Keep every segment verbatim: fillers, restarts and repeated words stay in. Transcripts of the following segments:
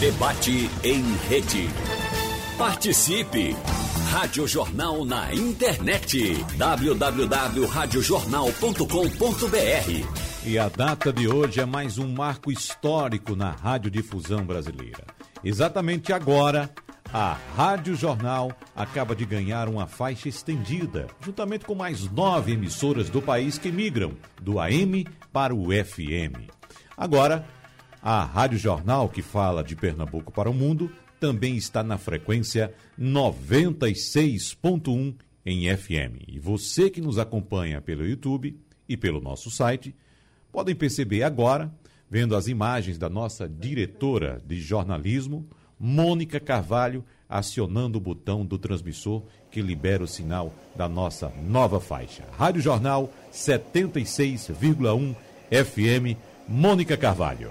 Debate em rede. Participe! Rádio Jornal na internet. w w w ponto rádio jornal ponto com ponto b r. E a data de hoje é mais um marco histórico na radiodifusão brasileira. Exatamente agora, a Rádio Jornal acaba de ganhar uma faixa estendida, juntamente com mais nove emissoras do país que migram do A M para o F M. Agora, a Rádio Jornal, que fala de Pernambuco para o mundo, também está na frequência noventa e seis ponto um em F M. E você que nos acompanha pelo YouTube e pelo nosso site, podem perceber agora, vendo as imagens da nossa diretora de jornalismo, Mônica Carvalho, acionando o botão do transmissor que libera o sinal da nossa nova faixa. Rádio Jornal setenta e seis vírgula um F M, Mônica Carvalho.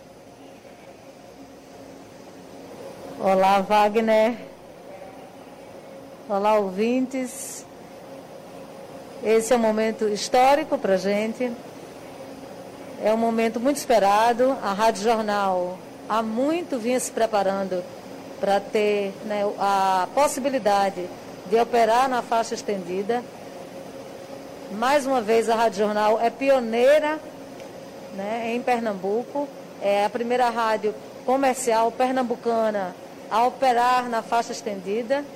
Olá, Wagner. Olá, ouvintes. Esse é um momento histórico para a gente. É um momento muito esperado. A Rádio Jornal há muito vinha se preparando para ter, né, a possibilidade de operar na faixa estendida. Mais uma vez, a Rádio Jornal é pioneira, né, em Pernambuco. É a primeira rádio comercial pernambucana a operar na faixa estendida.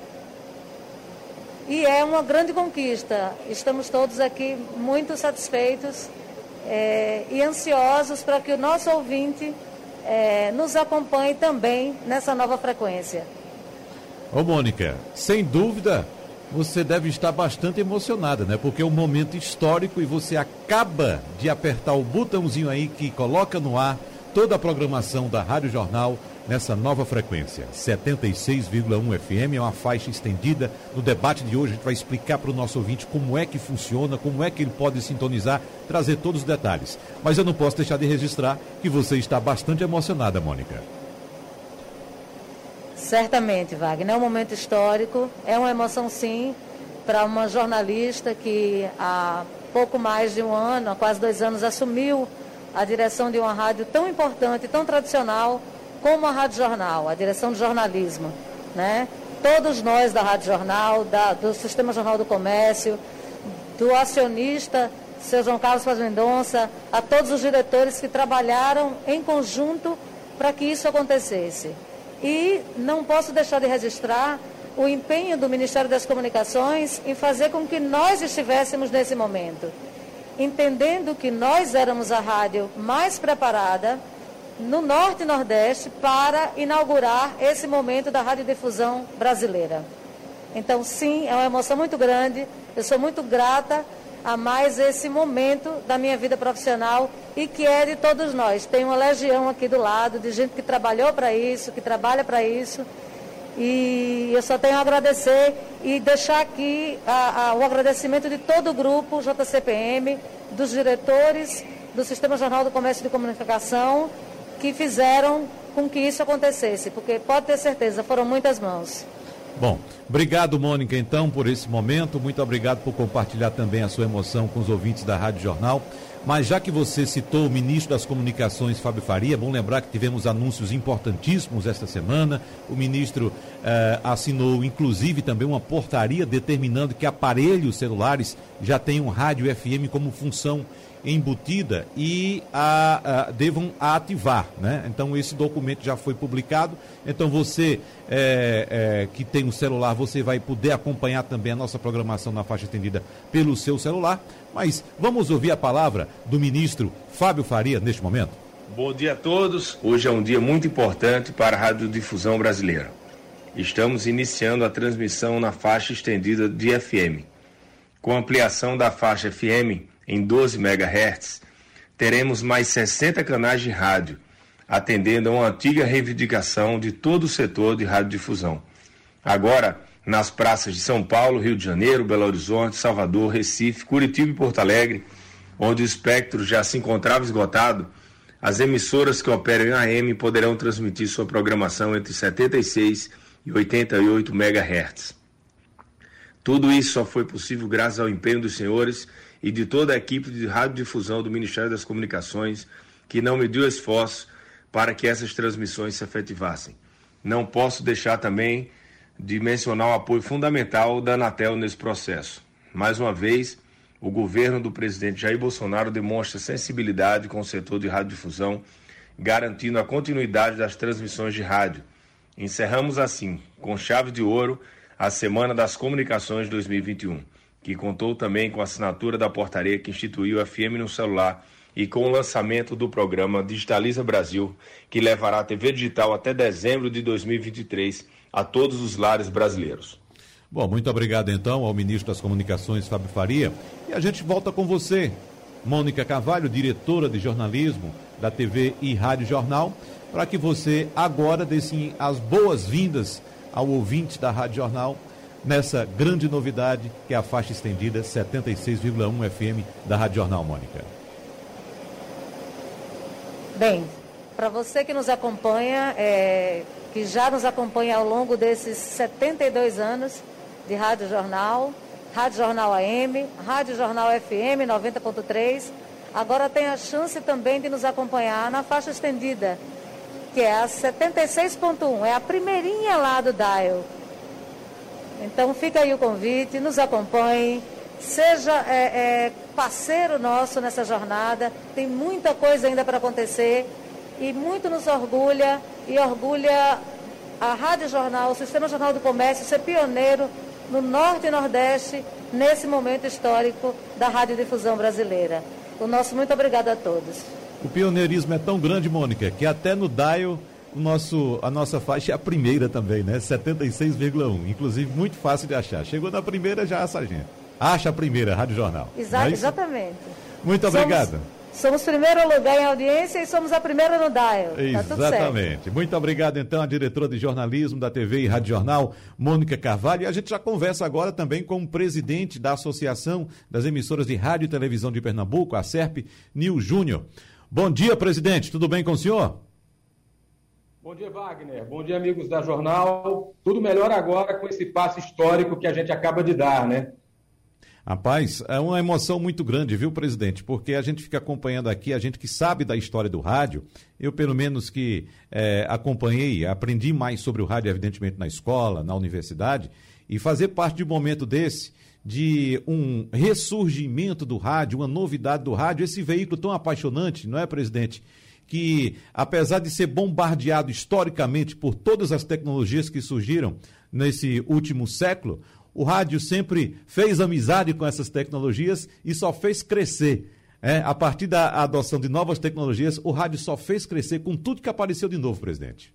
E é uma grande conquista. Estamos todos aqui muito satisfeitos é, e ansiosos para que o nosso ouvinte é, nos acompanhe também nessa nova frequência. Ô Mônica, sem dúvida, você deve estar bastante emocionada, né? Porque é um momento histórico e você acaba de apertar o botãozinho aí que coloca no ar toda a programação da Rádio Jornal nessa nova frequência, setenta e seis vírgula um F M, é uma faixa estendida. No debate de hoje a gente vai explicar para o nosso ouvinte como é que funciona, como é que ele pode sintonizar, trazer todos os detalhes. Mas eu não posso deixar de registrar que você está bastante emocionada, Mônica. Certamente, Wagner, é um momento histórico, é uma emoção sim, para uma jornalista que há pouco mais de um ano, há quase dois anos, assumiu a direção de uma rádio tão importante, tão tradicional, como a Rádio Jornal, a direção de jornalismo, né? Todos nós da Rádio Jornal, da, do Sistema Jornal do Comércio, do acionista, seu João Carlos Paz Mendonça, a todos os diretores que trabalharam em conjunto para que isso acontecesse. E não posso deixar de registrar o empenho do Ministério das Comunicações em fazer com que nós estivéssemos nesse momento, entendendo que nós éramos a rádio mais preparada no Norte e Nordeste para inaugurar esse momento da radiodifusão brasileira. Então, sim, é uma emoção muito grande. Eu sou muito grata a mais esse momento da minha vida profissional e que é de todos nós. Tem uma legião aqui do lado de gente que trabalhou para isso, que trabalha para isso. E eu só tenho a agradecer e deixar aqui a, a, o agradecimento de todo o grupo J C P M, dos diretores do Sistema Jornal do Comércio e de Comunicação, que fizeram com que isso acontecesse, porque pode ter certeza, foram muitas mãos. Bom, obrigado, Mônica, então, por esse momento. Muito obrigado por compartilhar também a sua emoção com os ouvintes da Rádio Jornal. Mas já que você citou o ministro das Comunicações, Fábio Faria, é bom lembrar que tivemos anúncios importantíssimos esta semana. O ministro eh, assinou, inclusive, também uma portaria determinando que aparelhos celulares já tenham rádio F M como função embutida e a, a, devam a ativar, né? Então esse documento já foi publicado. Então você é, é, que tem um celular, você vai poder acompanhar também a nossa programação na faixa estendida pelo seu celular. Mas vamos ouvir a palavra do ministro Fábio Faria neste momento. Bom dia a todos. Hoje é um dia muito importante para a radiodifusão brasileira. Estamos iniciando a transmissão na faixa estendida de F M. Com a ampliação da faixa F M em doze megahertz, teremos mais sessenta canais de rádio, atendendo a uma antiga reivindicação de todo o setor de radiodifusão. Agora, nas praças de São Paulo, Rio de Janeiro, Belo Horizonte, Salvador, Recife, Curitiba e Porto Alegre, onde o espectro já se encontrava esgotado, as emissoras que operam em A M poderão transmitir sua programação entre setenta e seis e oitenta e oito megahertz. Tudo isso só foi possível graças ao empenho dos senhores e de toda a equipe de radiodifusão do Ministério das Comunicações, que não mediu esforço para que essas transmissões se efetivassem. Não posso deixar também de mencionar o apoio fundamental da Anatel nesse processo. Mais uma vez, o governo do presidente Jair Bolsonaro demonstra sensibilidade com o setor de radiodifusão, garantindo a continuidade das transmissões de rádio. Encerramos assim, com chave de ouro, a Semana das Comunicações dois mil e vinte e um, que contou também com a assinatura da portaria que instituiu o F M no celular e com o lançamento do programa Digitaliza Brasil, que levará a T V digital até dezembro de dois mil e vinte e três a todos os lares brasileiros. Bom, muito obrigado então ao ministro das Comunicações, Fábio Faria. E a gente volta com você, Mônica Carvalho, diretora de jornalismo da T V e Rádio Jornal, para que você agora dê sim as boas-vindas ao ouvinte da Rádio Jornal nessa grande novidade que é a faixa estendida setenta e seis vírgula um F M da Rádio Jornal, Mônica. Bem, para você que nos acompanha, é, que já nos acompanha ao longo desses setenta e dois anos de Rádio Jornal, Rádio Jornal A M, Rádio Jornal F M noventa ponto três, agora tem a chance também de nos acompanhar na faixa estendida, que é a setenta e seis ponto um, é a primeirinha lá do dial. Então fica aí o convite, nos acompanhe, seja é, é, parceiro nosso nessa jornada, tem muita coisa ainda para acontecer e muito nos orgulha e orgulha a Rádio Jornal, o Sistema Jornal do Comércio, ser pioneiro no Norte e Nordeste nesse momento histórico da radiodifusão brasileira. O nosso muito obrigado a todos. O pioneirismo é tão grande, Mônica, que até no dial o nosso, a nossa faixa é a primeira também, né? setenta e seis vírgula um, inclusive muito fácil de achar. Chegou na primeira, já acha a gente. Acha a primeira, Rádio Jornal. Exa- é exatamente. Muito obrigado. Somos, somos primeiro lugar em audiência e somos a primeira no dial. Tá tudo certo. Exatamente. Muito obrigado, então, à diretora de jornalismo da T V e Rádio Jornal, Mônica Carvalho. E a gente já conversa agora também com o presidente da Associação das Emissoras de Rádio e Televisão de Pernambuco, a SERP, Nil Júnior. Bom dia, presidente. Tudo bem com o senhor? Bom dia, Wagner. Bom dia, amigos da Jornal. Tudo melhor agora com esse passo histórico que a gente acaba de dar, né? Rapaz, é uma emoção muito grande, viu, presidente? Porque a gente fica acompanhando aqui, a gente que sabe da história do rádio, eu pelo menos que é, acompanhei, aprendi mais sobre o rádio, evidentemente, na escola, na universidade, e fazer parte de um momento desse, de um ressurgimento do rádio, uma novidade do rádio, esse veículo tão apaixonante, não é, presidente? Que, apesar de ser bombardeado historicamente por todas as tecnologias que surgiram nesse último século, o rádio sempre fez amizade com essas tecnologias e só fez crescer. É, a partir da adoção de novas tecnologias, o rádio só fez crescer com tudo que apareceu de novo, presidente.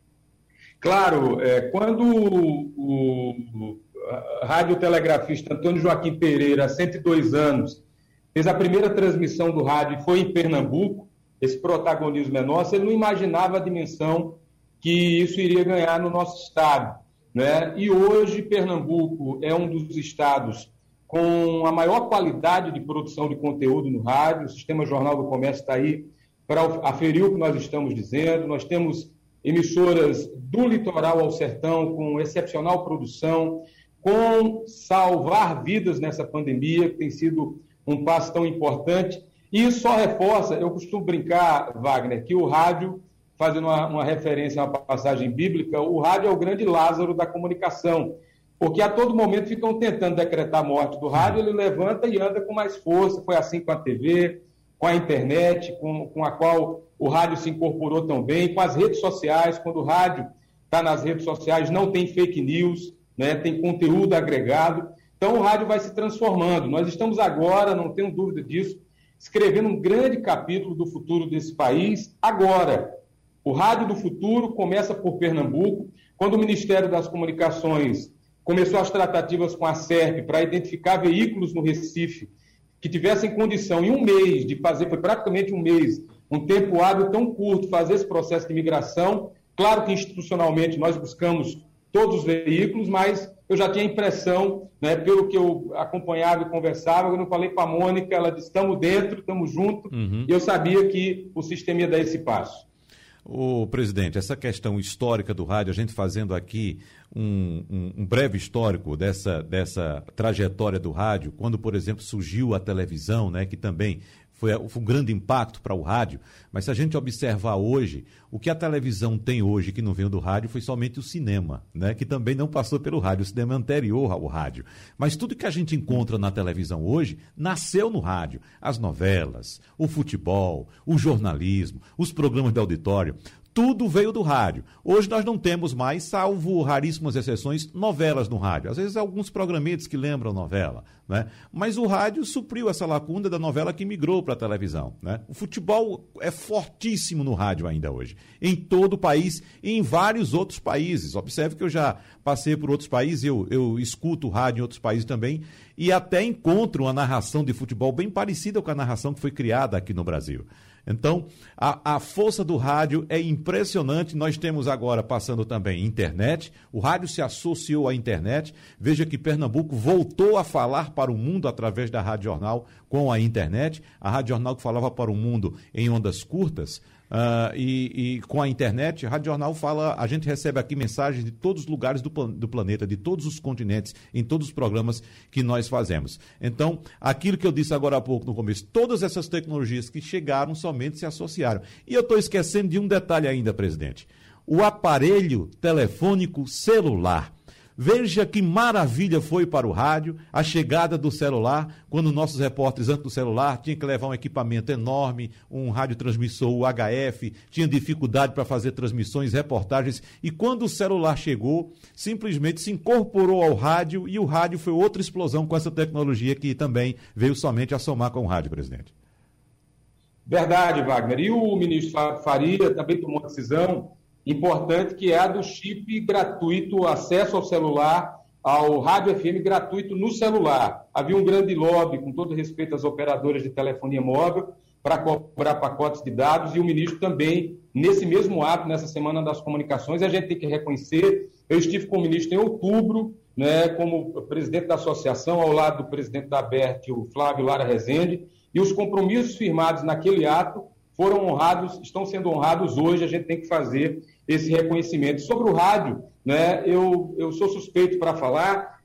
Claro, é, quando o, o radiotelegrafista Antônio Joaquim Pereira, há cento e dois anos, fez a primeira transmissão do rádio e foi em Pernambuco, esse protagonismo é nosso, ele não imaginava a dimensão que isso iria ganhar no nosso estado, né? E hoje Pernambuco é um dos estados com a maior qualidade de produção de conteúdo no rádio. O Sistema Jornal do Comércio está aí para aferir o que nós estamos dizendo. Nós temos emissoras do litoral ao sertão com excepcional produção, com salvar vidas nessa pandemia, que tem sido um passo tão importante. E isso só reforça, eu costumo brincar, Wagner, que o rádio, fazendo uma, uma referência a uma passagem bíblica, o rádio é o grande Lázaro da comunicação, porque a todo momento ficam tentando decretar a morte do rádio, ele levanta e anda com mais força. Foi assim com a T V, com a internet, com, com a qual o rádio se incorporou tão bem, com as redes sociais. Quando o rádio está nas redes sociais, não tem fake news, né, tem conteúdo agregado. Então o rádio vai se transformando. Nós estamos agora, não tenho dúvida disso, escrevendo um grande capítulo do futuro desse país agora. O Rádio do Futuro começa por Pernambuco. Quando o Ministério das Comunicações começou as tratativas com a SERP para identificar veículos no Recife que tivessem condição, em um mês, de fazer, foi praticamente um mês, um tempo hábil tão curto, fazer esse processo de migração. Claro que institucionalmente nós buscamos todos os veículos, mas eu já tinha a impressão, né, pelo que eu acompanhava e conversava, eu não falei para a Mônica, ela disse, estamos dentro, estamos juntos, uhum. E eu sabia que o sistema ia dar esse passo. Ô, presidente, essa questão histórica do rádio, a gente fazendo aqui um, um, um breve histórico dessa, dessa trajetória do rádio, quando, por exemplo, surgiu a televisão, né, que também Foi, foi um grande impacto para o rádio, mas se a gente observar hoje, o que a televisão tem hoje que não veio do rádio foi somente o cinema, né? Que também não passou pelo rádio, o cinema é anterior ao rádio. Mas tudo que a gente encontra na televisão hoje nasceu no rádio. As novelas, o futebol, o jornalismo, os programas de auditório, tudo veio do rádio. Hoje nós não temos mais, salvo raríssimas exceções, novelas no rádio. Às vezes alguns programetes que lembram novela, né? Mas o rádio supriu essa lacuna da novela que migrou para a televisão, né? O futebol é fortíssimo no rádio ainda hoje, em todo o país e em vários outros países. Observe que eu já passei por outros países, eu, eu escuto rádio em outros países também e até encontro uma narração de futebol bem parecida com a narração que foi criada aqui no Brasil. Então, a, a força do rádio é impressionante. Nós temos agora passando também internet. O rádio se associou à internet. Veja que Pernambuco voltou a falar para o mundo através da Rádio Jornal com a internet. A Rádio Jornal que falava para o mundo em ondas curtas. Uh, e, e com a internet, a Rádio Jornal fala, a gente recebe aqui mensagens de todos os lugares do, do planeta, de todos os continentes, em todos os programas que nós fazemos. Então, aquilo que eu disse agora há pouco no começo, todas essas tecnologias que chegaram somente se associaram. E eu estou esquecendo de um detalhe ainda, presidente. O aparelho telefônico celular. Veja que maravilha foi para o rádio a chegada do celular, quando nossos repórteres antes do celular tinham que levar um equipamento enorme, um radiotransmissor U H F, tinha dificuldade para fazer transmissões, reportagens, e quando o celular chegou, simplesmente se incorporou ao rádio e o rádio foi outra explosão com essa tecnologia que também veio somente a somar com o rádio, presidente. Verdade, Wagner. E o ministro Faria também tomou uma decisão importante, que é a do chip gratuito, acesso ao celular, ao rádio F M gratuito no celular. Havia um grande lobby, com todo respeito às operadoras de telefonia móvel, para cobrar pacotes de dados, e o ministro também, nesse mesmo ato, nessa Semana das Comunicações, a gente tem que reconhecer, eu estive com o ministro em outubro, né, como presidente da associação, ao lado do presidente da ABERT, o Flávio Lara Rezende, e os compromissos firmados naquele ato foram honrados, estão sendo honrados hoje, a gente tem que fazer esse reconhecimento. Sobre o rádio, né, eu, eu sou suspeito para falar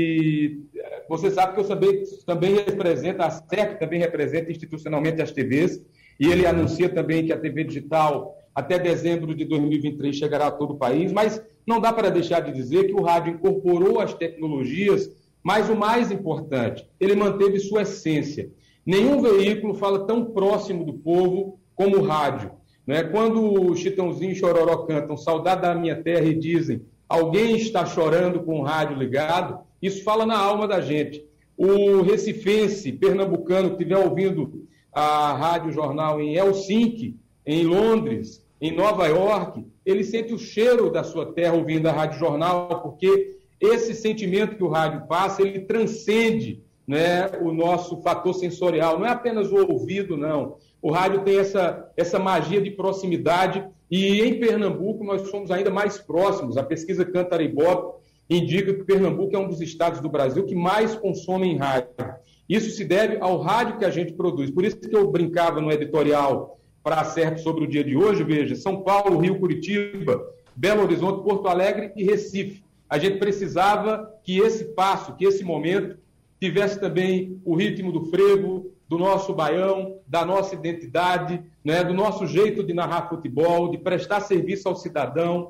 e você sabe que eu também, também represento, a S E R P também representa institucionalmente as T Vs, e ele anuncia também que a T V digital até dezembro de dois mil e vinte e três chegará a todo o país, mas não dá para deixar de dizer que o rádio incorporou as tecnologias, mas o mais importante, ele manteve sua essência. Nenhum veículo fala tão próximo do povo como o rádio. Né? Quando o Chitãozinho e Chororó cantam Saudade da Minha Terra e dizem alguém está chorando com o rádio ligado, isso fala na alma da gente. O recifense, pernambucano, que estiver ouvindo a Rádio Jornal em Helsinki, em Londres, em Nova York, ele sente o cheiro da sua terra ouvindo a Rádio Jornal, porque esse sentimento que o rádio passa, ele transcende, né, o nosso fator sensorial. Não é apenas o ouvido, não. O rádio tem essa, essa magia de proximidade e em Pernambuco nós somos ainda mais próximos. A pesquisa Cantar Ibope indica que Pernambuco é um dos estados do Brasil que mais consomem rádio. Isso se deve ao rádio que a gente produz. Por isso que eu brincava no editorial para a S E R P sobre o dia de hoje, veja, São Paulo, Rio, Curitiba, Belo Horizonte, Porto Alegre e Recife. A gente precisava que esse passo, que esse momento tivesse também o ritmo do frevo, do nosso baião, da nossa identidade, né, do nosso jeito de narrar futebol, de prestar serviço ao cidadão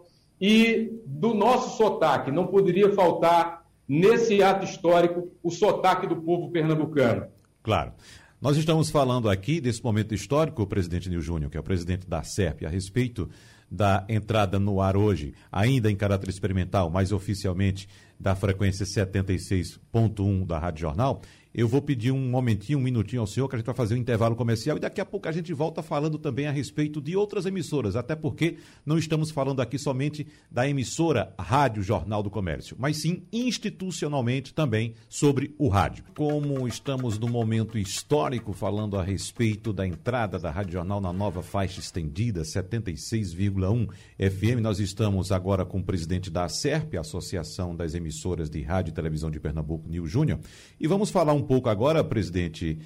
e do nosso sotaque. Não poderia faltar, nesse ato histórico, o sotaque do povo pernambucano. Claro. Nós estamos falando aqui desse momento histórico, o presidente Nil Júnior, que é o presidente da S E R P, a respeito da entrada no ar hoje, ainda em caráter experimental, mas oficialmente da frequência setenta e seis ponto um da Rádio Jornal. Eu vou pedir um momentinho, um minutinho ao senhor, que a gente vai fazer um intervalo comercial e daqui a pouco a gente volta falando também a respeito de outras emissoras, até porque não estamos falando aqui somente da emissora Rádio Jornal do Comércio, mas sim institucionalmente também sobre o rádio. Como estamos no momento histórico falando a respeito da entrada da Rádio Jornal na nova faixa estendida setenta e seis vírgula um F M, nós estamos agora com o presidente da A S E R P, a Associação das Emissoras de Rádio e Televisão de Pernambuco, Nil Júnior, e vamos falar um pouco agora, presidente,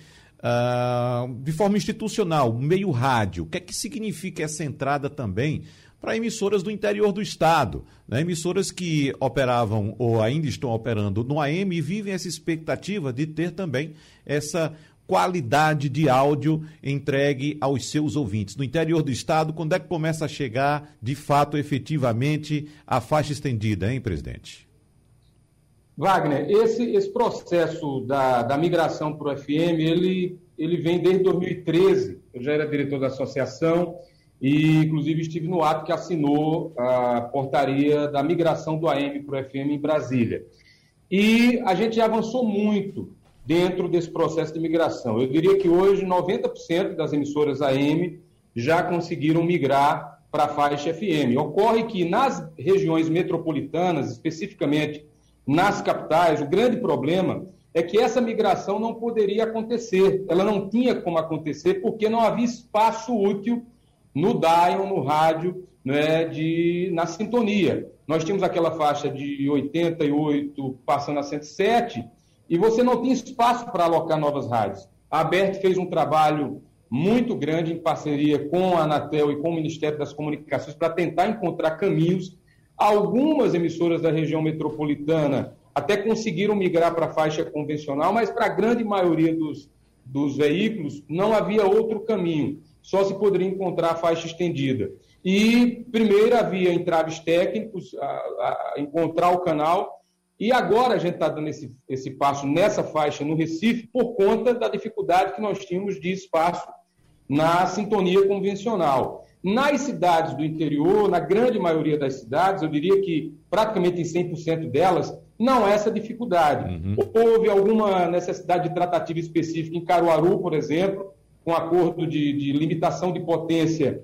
uh, de forma institucional, meio rádio, o que é que significa essa entrada também para emissoras do interior do estado, né? Emissoras que operavam ou ainda estão operando no A M e vivem essa expectativa de ter também essa qualidade de áudio entregue aos seus ouvintes. No interior do estado, quando é que começa a chegar, de fato, efetivamente, a faixa estendida, hein, presidente? Wagner, esse, esse processo da, da migração para o F M, ele, ele vem desde dois mil e treze. Eu já era diretor da associação e, inclusive, estive no ato que assinou a portaria da migração do A M para o F M em Brasília. E a gente já avançou muito dentro desse processo de migração. Eu diria que hoje noventa por cento das emissoras A M já conseguiram migrar para a faixa F M. Ocorre que nas regiões metropolitanas, especificamente nas capitais, o grande problema é que essa migração não poderia acontecer. Ela não tinha como acontecer porque não havia espaço útil no dial, no rádio, né, de, na sintonia. Nós tínhamos aquela faixa de oitenta e oito passando a cento e sete e você não tinha espaço para alocar novas rádios. A ABERT fez um trabalho muito grande em parceria com a Anatel e com o Ministério das Comunicações para tentar encontrar caminhos. Algumas emissoras da região metropolitana até conseguiram migrar para a faixa convencional, mas para a grande maioria dos, dos veículos não havia outro caminho, só se poderia encontrar a faixa estendida. E primeiro havia entraves técnicos, a, a encontrar o canal, e agora a gente está dando esse, esse passo nessa faixa no Recife por conta da dificuldade que nós tínhamos de espaço na sintonia convencional. Nas cidades do interior, na grande maioria das cidades, eu diria que praticamente em cem por cento delas, não há essa dificuldade. Uhum. Houve alguma necessidade de tratativa específica em Caruaru, por exemplo, com acordo de, de limitação de potência,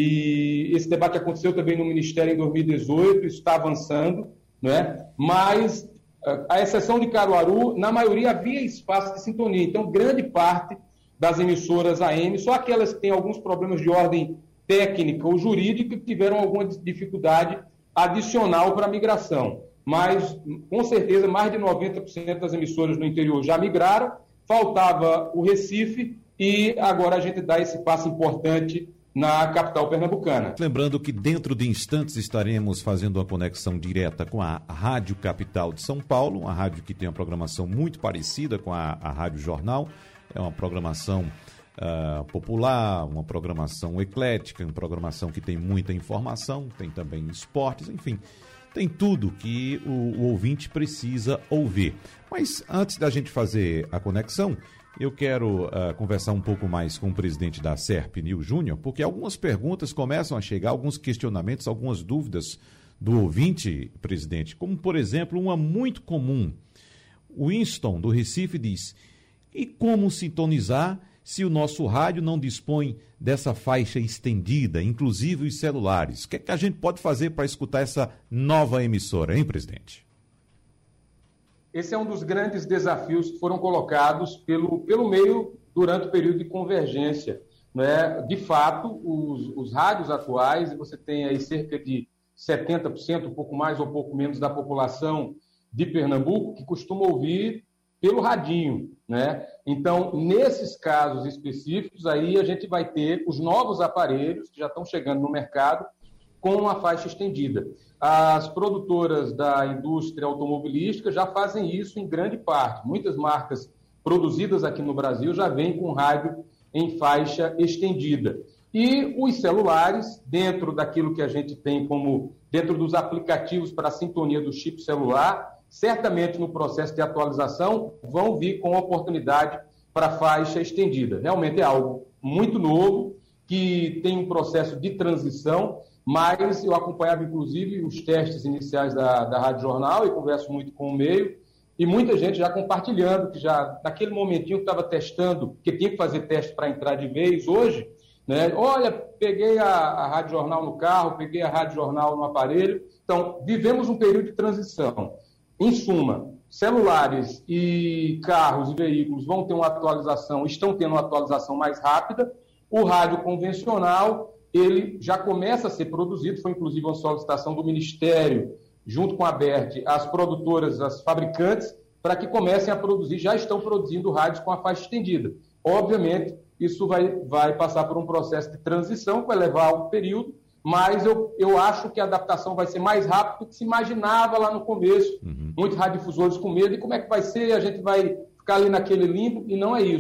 e esse debate aconteceu também no Ministério em dois mil e dezoito, isso está avançando, né? Mas, à exceção de Caruaru, na maioria havia espaço de sintonia. Então, grande parte das emissoras A M, só aquelas que têm alguns problemas de ordem técnica ou jurídica, que tiveram alguma dificuldade adicional para a migração. Mas, com certeza, mais de noventa por cento das emissoras no interior já migraram, faltava o Recife e agora a gente dá esse passo importante na capital pernambucana. Lembrando que dentro de instantes estaremos fazendo uma conexão direta com a Rádio Capital de São Paulo, uma rádio que tem uma programação muito parecida com a, a Rádio Jornal, é uma programação uh, popular, uma programação eclética, uma programação que tem muita informação, tem também esportes, enfim, tem tudo que o, o ouvinte precisa ouvir. Mas antes da gente fazer a conexão, eu quero uh, conversar um pouco mais com o presidente da Serpnil Júnior, porque algumas perguntas começam a chegar, alguns questionamentos, algumas dúvidas do ouvinte, presidente, como, por exemplo, uma muito comum. O Winston, do Recife, diz: e como sintonizar se o nosso rádio não dispõe dessa faixa estendida, inclusive os celulares? O que é que a gente pode fazer para escutar essa nova emissora, hein, presidente? Esse é um dos grandes desafios que foram colocados pelo, pelo meio durante o período de convergência, né? De fato, os, os rádios atuais, você tem aí cerca de setenta por cento, um pouco mais ou um pouco menos da população de Pernambuco, que costuma ouvir pelo radinho, né? Então, nesses casos específicos, aí a gente vai ter os novos aparelhos que já estão chegando no mercado com a faixa estendida. As produtoras da indústria automobilística já fazem isso em grande parte. Muitas marcas produzidas aqui no Brasil já vêm com rádio em faixa estendida. E os celulares, dentro daquilo que a gente tem como, dentro dos aplicativos para a sintonia do chip celular, certamente no processo de atualização vão vir com oportunidade para a faixa estendida. Realmente é algo muito novo, que tem um processo de transição, mas eu acompanhava, inclusive, os testes iniciais da, da Rádio Jornal e converso muito com o meio, e muita gente já compartilhando, que já, naquele momentinho que estava testando, que tinha que fazer teste para entrar de vez, hoje, né? Olha, peguei a, a Rádio Jornal no carro, peguei a Rádio Jornal no aparelho. Então, vivemos um período de transição. Em suma, celulares e carros e veículos vão ter uma atualização, estão tendo uma atualização mais rápida. O rádio convencional, ele já começa a ser produzido, foi inclusive uma solicitação do Ministério, junto com a ABERT, as produtoras, as fabricantes, para que comecem a produzir, já estão produzindo rádios com a faixa estendida. Obviamente, isso vai, vai passar por um processo de transição, que vai levar algum período, mas eu, eu acho que a adaptação vai ser mais rápida do que se imaginava lá no começo. Uhum. Muitos radiodifusores com medo, e como é que vai ser? A gente vai ficar ali naquele limbo, e não é isso.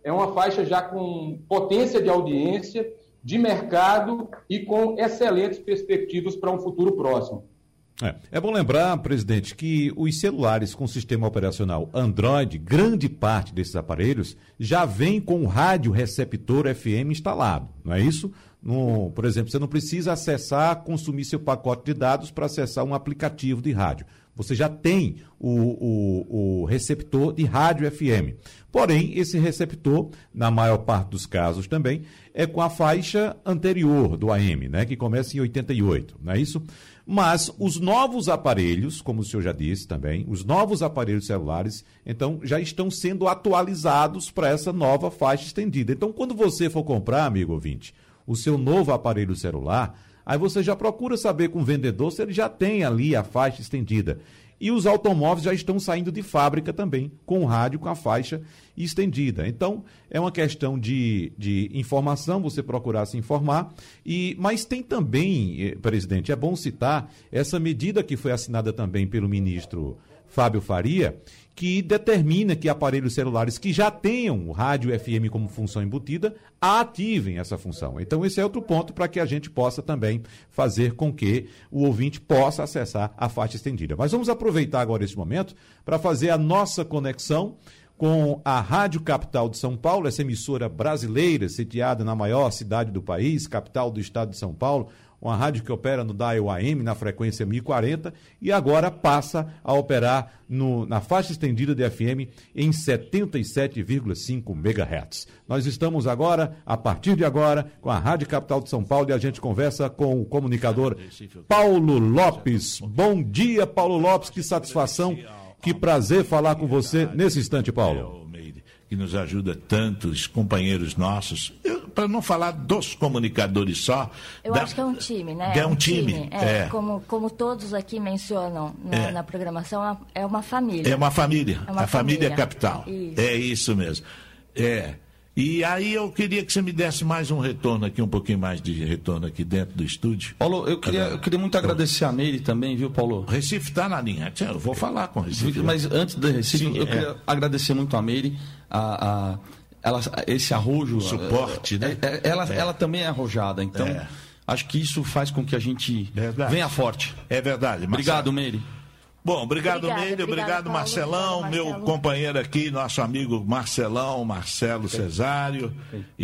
é uma faixa já com potência de audiência, de mercado e com excelentes perspectivas para um futuro próximo. É, é bom lembrar, presidente, que os celulares com sistema operacional Android, grande parte desses aparelhos, já vem com o rádio receptor F M instalado, não é isso? No, por exemplo, você não precisa acessar, consumir seu pacote de dados para acessar um aplicativo de rádio. Você já tem o, o, o receptor de rádio F M. Porém, esse receptor, na maior parte dos casos também, é com a faixa anterior do A M, né, que começa em oitenta e oito, não é isso? Mas os novos aparelhos, como o senhor já disse também, os novos aparelhos celulares, então, já estão sendo atualizados para essa nova faixa estendida. Então, quando você for comprar, amigo ouvinte, o seu novo aparelho celular, aí você já procura saber com o vendedor se ele já tem ali a faixa estendida. E os automóveis já estão saindo de fábrica também, com o rádio com a faixa estendida. Então, é uma questão de, de informação, você procurar se informar. E, mas tem também, presidente, é bom citar, essa medida que foi assinada também pelo ministro Fábio Faria, que determina que aparelhos celulares que já tenham o rádio F M como função embutida, ativem essa função. Então, esse é outro ponto para que a gente possa também fazer com que o ouvinte possa acessar a faixa estendida. Mas vamos aproveitar agora esse momento para fazer a nossa conexão com a Rádio Capital de São Paulo, essa emissora brasileira, sediada na maior cidade do país, capital do estado de São Paulo, uma rádio que opera no dial A M, na frequência mil e quarenta, e agora passa a operar no, na faixa estendida de F M em setenta e sete vírgula cinco megahertz. Nós estamos agora, a partir de agora, com a Rádio Capital de São Paulo, e a gente conversa com o comunicador Paulo Lopes. Bom dia, Paulo Lopes, que satisfação, que prazer falar com você nesse instante, Paulo. Que nos ajuda tantos companheiros nossos, para não falar dos comunicadores só. Eu da... acho que é um time, né? É um time. time. É, é. Como, como todos aqui mencionam na, é. na programação, é uma família. É uma família. É uma a família, família Capital. Isso. É isso mesmo. É. E aí eu queria que você me desse mais um retorno aqui, um pouquinho mais de retorno aqui dentro do estúdio. Paulo, eu queria, eu queria muito agradecer a Meire também, viu, Paulo? Recife está na linha. Eu vou falar com o Recife. Mas antes do Recife, Sim, eu é. queria agradecer muito a Meire, a, a, ela, esse arrojo. O suporte, é, né? É, ela, é. ela também é arrojada, então é. acho que isso faz com que a gente verdade. venha forte. É verdade. Marcelo. Obrigado, Meire. Bom, obrigado, obrigado Meire, obrigado, obrigado Paulo, Marcelão, obrigado, meu Marcelo. companheiro aqui, nosso amigo Marcelão, Marcelo Cesário.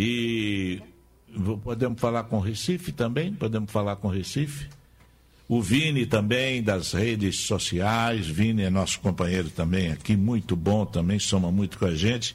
E podemos falar com o Recife também? Podemos falar com o Recife? O Vini também, das redes sociais. Vini é nosso companheiro também aqui, muito bom também, soma muito com a gente.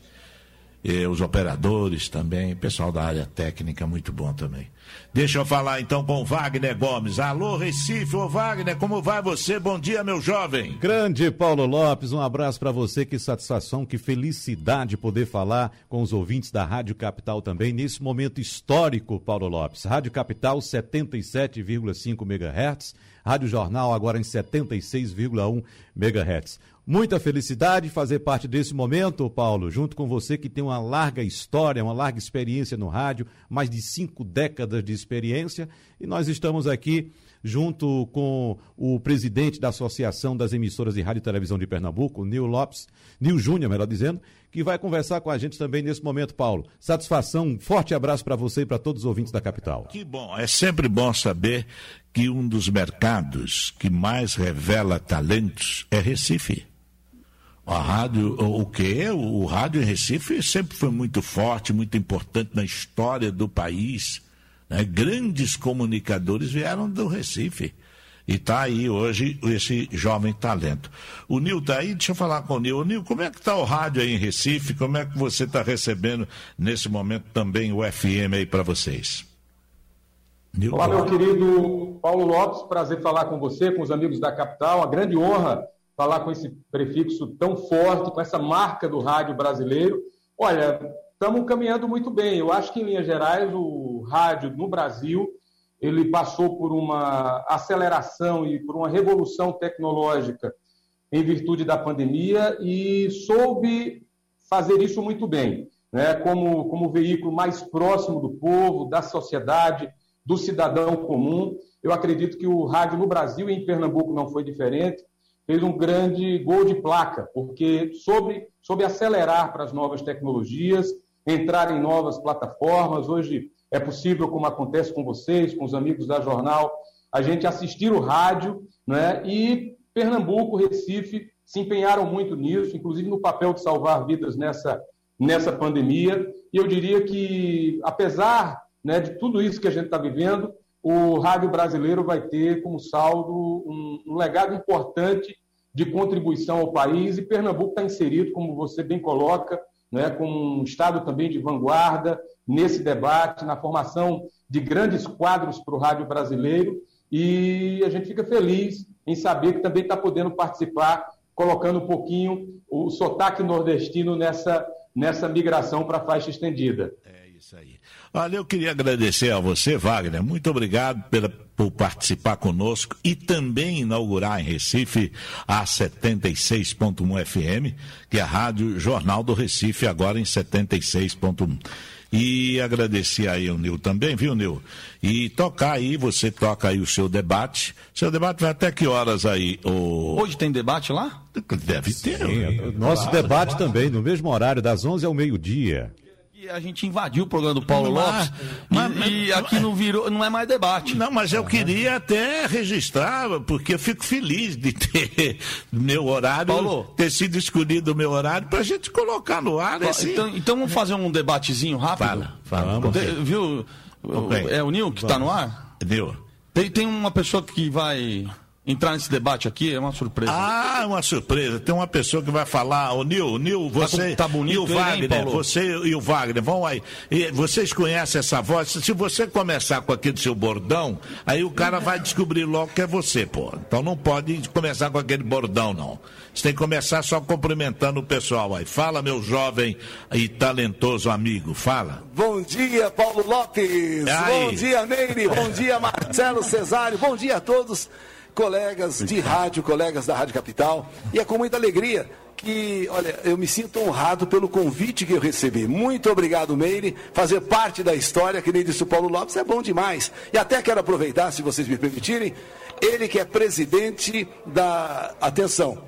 E os operadores também, pessoal da área técnica, muito bom também. Deixa eu falar então com o Wagner Gomes. Alô, Recife, ô Wagner, como vai você? Bom dia, meu jovem. Grande Paulo Lopes, um abraço para você, que satisfação, que felicidade poder falar com os ouvintes da Rádio Capital também, nesse momento histórico, Paulo Lopes. Rádio Capital, setenta e sete vírgula cinco megahertz, Rádio Jornal agora em setenta e seis vírgula um megahertz. Muita felicidade fazer parte desse momento, Paulo, junto com você que tem uma larga história, uma larga experiência no rádio, mais de cinco décadas de experiência, e nós estamos aqui junto com o presidente da Associação das Emissoras de Rádio e Televisão de Pernambuco, Nil Lopes, Nil Júnior, melhor dizendo, que vai conversar com a gente também nesse momento, Paulo. Satisfação, um forte abraço para você e para todos os ouvintes da capital. Que bom, é sempre bom saber que um dos mercados que mais revela talentos é Recife. A rádio, o quê? O rádio em Recife sempre foi muito forte, muito importante na história do país. Né? Grandes comunicadores vieram do Recife. E está aí hoje esse jovem talento. O Nil está aí, deixa eu falar com o Nil. Nil, como é que está o rádio aí em Recife? Como é que você está recebendo nesse momento também o F M aí para vocês? Nil, Olá, meu querido Paulo Lopes, prazer falar com você, com os amigos da capital, uma grande honra falar com esse prefixo tão forte, com essa marca do rádio brasileiro. Olha, estamos caminhando muito bem. Eu acho que, em linhas gerais, o rádio no Brasil, ele passou por uma aceleração e por uma revolução tecnológica em virtude da pandemia e soube fazer isso muito bem, né? Como, como veículo mais próximo do povo, da sociedade, do cidadão comum. Eu acredito que o rádio no Brasil e em Pernambuco não foi diferente. Fez um grande gol de placa, porque soube, soube acelerar para as novas tecnologias, entrar em novas plataformas. Hoje é possível, como acontece com vocês, com os amigos da Jornal, a gente assistir o rádio, né? E Pernambuco, Recife se empenharam muito nisso, inclusive no papel de salvar vidas nessa, nessa pandemia. E eu diria que, apesar, né, de tudo isso que a gente está vivendo, o rádio brasileiro vai ter como saldo um, um legado importante de contribuição ao país, e Pernambuco está inserido, como você bem coloca, né, como um estado também de vanguarda nesse debate, na formação de grandes quadros para o rádio brasileiro, e a gente fica feliz em saber que também está podendo participar, colocando um pouquinho o sotaque nordestino nessa, nessa migração para a faixa estendida. É isso aí. Olha, eu queria agradecer a você, Wagner, muito obrigado pela, por participar conosco e também inaugurar em Recife a setenta e seis ponto um F M, que é a Rádio Jornal do Recife, agora em setenta e seis ponto um. E agradecer aí o Nil também, viu, Nil? E tocar aí, você toca aí o seu debate. Seu debate vai até que horas aí? O... Hoje tem debate lá? Deve ter. Sim, nosso claro, debate claro. também, no mesmo horário, das onze ao meio-dia. A gente invadiu o programa do Paulo mas, Lopes mas, mas, e, e aqui não virou, não é mais debate. Não, mas eu queria até registrar, porque eu fico feliz de ter meu horário, Paulo, ter sido escolhido o meu horário para a gente colocar no ar. Esse... Então, então vamos fazer um debatezinho rápido? Fala, fala. De, viu? Okay. É o Nil que está no ar? Nil. Tem, tem uma pessoa que vai entrar nesse debate aqui, é uma surpresa. Ah, é uma surpresa. Tem uma pessoa que vai falar, ô Nil, Nil, você tá, tá bonito, e o Wagner, hein, você e o Wagner, vão aí. E vocês conhecem essa voz? Se você começar com aquele seu bordão, aí o cara vai descobrir logo que é você, pô. Então não pode começar com aquele bordão, não. Você tem que começar só cumprimentando o pessoal aí. Fala, meu jovem e talentoso amigo, fala. Bom dia, Paulo Lopes. Aí. Bom dia, Meire. Bom dia, Marcelo Cesário. Bom dia a todos. Colegas de rádio, colegas da Rádio Capital, e é com muita alegria que, olha, eu me sinto honrado pelo convite que eu recebi. Muito obrigado, Meire. Fazer parte da história, que nem disse o Paulo Lopes, é bom demais. E até quero aproveitar, se vocês me permitirem, ele que é presidente da... Atenção,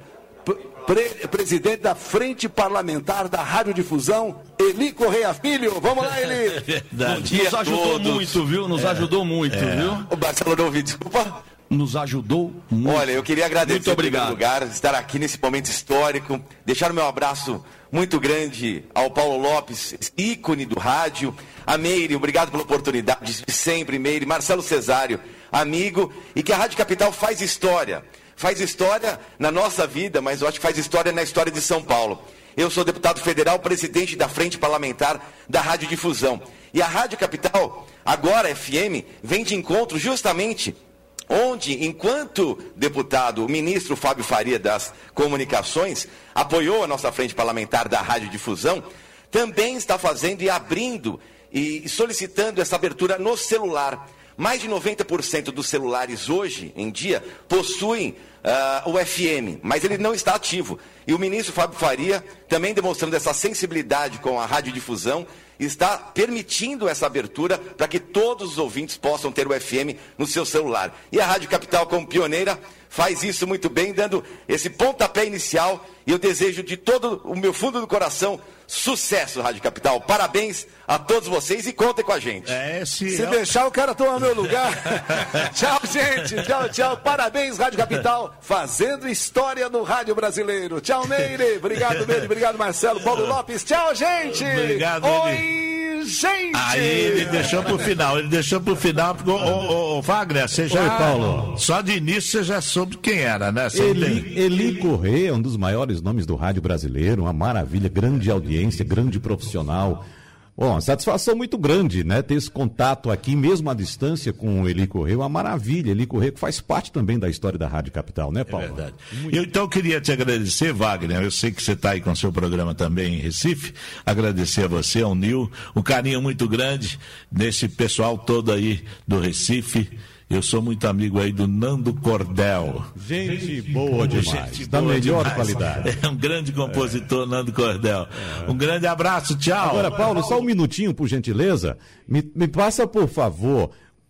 pre, presidente da Frente Parlamentar da Radiodifusão, Eli Correia Filho. Vamos lá, Eli. Verdade. Nos ajudou muito, viu? Nos é. ajudou muito, é. viu? O Marcelo não ouviu, desculpa. Nos ajudou muito. Olha, eu queria agradecer muito obrigado. em primeiro lugar, estar aqui nesse momento histórico, deixar o meu abraço muito grande ao Paulo Lopes, ícone do rádio, a Meire, obrigado pela oportunidade de sempre, Meire, Marcelo Cesário, amigo, e que a Rádio Capital faz história, faz história na nossa vida, mas eu acho que faz história na história de São Paulo. Eu sou deputado federal, presidente da Frente Parlamentar da Radiodifusão, e a Rádio Capital, agora F M, vem de encontro justamente onde, enquanto deputado, o ministro Fábio Faria das Comunicações apoiou a nossa frente parlamentar da Radiodifusão, também está fazendo e abrindo e solicitando essa abertura no celular. Mais de noventa por cento dos celulares hoje em dia possuem uh, o F M, mas ele não está ativo. E o ministro Fábio Faria, também demonstrando essa sensibilidade com a radiodifusão, está permitindo essa abertura para que todos os ouvintes possam ter o F M no seu celular. E a Rádio Capital, como pioneira, faz isso muito bem, dando esse pontapé inicial. E eu desejo de todo o meu fundo do coração sucesso, Rádio Capital. Parabéns a todos vocês e contem com a gente. É, se se eu... deixar, o cara toma meu lugar. Tchau, gente. Tchau, tchau. Parabéns, Rádio Capital, fazendo história no rádio brasileiro. Tchau, Meire. Obrigado, Meire. Obrigado, Marcelo. Paulo Lopes. Tchau, gente. Obrigado, Oi, ele... gente. Aí ele deixou pro final. Ele deixou pro final. Porque, ô, ô, ô, Wagner, você já... Oi, Paulo. Só de início você já soube quem era, né? Eli, tem... Eli Correia, um dos maiores nomes do rádio brasileiro, uma maravilha, grande audiência, grande profissional. Bom, satisfação muito grande, né? Ter esse contato aqui, mesmo à distância, com o Eli Correia, uma maravilha. Eli Correia que faz parte também da história da Rádio Capital, né, Paulo? É verdade. Muito... Eu então queria te agradecer, Wagner. Eu sei que você está aí com o seu programa também em Recife. Agradecer a você, ao Nil, um carinho muito grande nesse pessoal todo aí do Recife. Eu sou muito amigo aí do Nando Cordel. Gente boa demais. Gente da boa melhor demais. Qualidade. É um grande compositor, é. Nando Cordel. É. Um grande abraço, tchau. Agora, Paulo, só um minutinho, por gentileza. Me, me passa, por favor,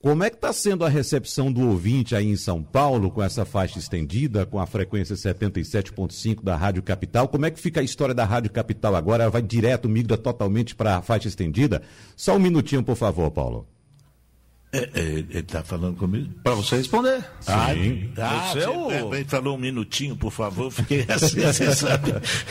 Como é que está sendo a recepção do ouvinte aí em São Paulo, com essa faixa estendida, com a frequência setenta e sete ponto cinco da Rádio Capital? Como é que fica a história da Rádio Capital agora? Ela vai direto, migra totalmente para a faixa estendida? Só um minutinho, por favor, Paulo. É, é, ele está falando comigo? Para você responder. Sim. Ah, você, o... Ele falou um minutinho, por favor, fiquei assim, você sabe.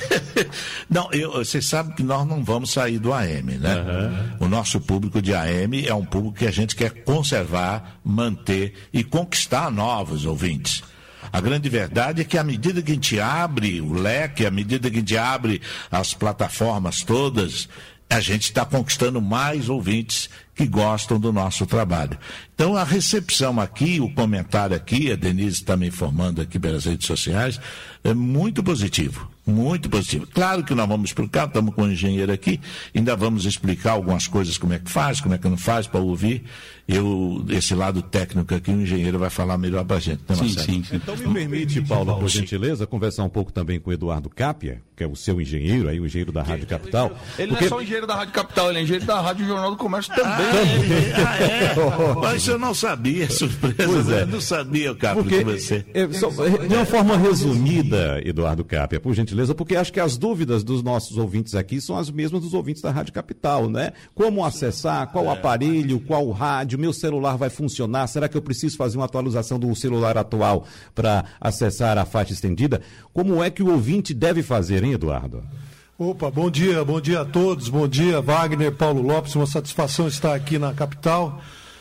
Não, eu, você sabe que nós não vamos sair do A M, né? Uhum. O nosso público de A M é um público que a gente quer conservar, manter e conquistar novos ouvintes. A grande verdade é que à medida que a gente abre o leque, à medida que a gente abre as plataformas todas, a gente está conquistando mais ouvintes que gostam do nosso trabalho. Então, a recepção aqui, o comentário aqui, a Denise está me informando aqui pelas redes sociais, é muito positivo, muito positivo. Claro que nós vamos explicar, estamos com o engenheiro aqui, ainda vamos explicar algumas coisas, como é que faz, como é que não faz, para ouvir. Eu, esse lado técnico aqui, o engenheiro vai falar melhor para a gente. Né, sim, sim, sim. Então, me permite, Paulo, por gentileza, conversar um pouco também com o Eduardo Capia, que é o seu engenheiro, aí, o engenheiro da Rádio Capital. Ele porque... não é só engenheiro da Rádio Capital, ele é engenheiro da Rádio Jornal do Comércio também. Ah, é? Mas eu não sabia, surpresa. Pois é. Eu não sabia, Capia, porque, que você... É, só, de uma forma resumida, Eduardo Capia, por gentileza, porque acho que as dúvidas dos nossos ouvintes aqui são as mesmas dos ouvintes da Rádio Capital, né? Como acessar, qual aparelho, qual rádio, meu celular vai funcionar, será que eu preciso fazer uma atualização do celular atual para acessar a faixa estendida? Como é que o ouvinte deve fazer, hein, Eduardo? Opa, bom dia, bom dia a todos, bom dia, Wagner, Paulo Lopes, uma satisfação estar aqui na capital,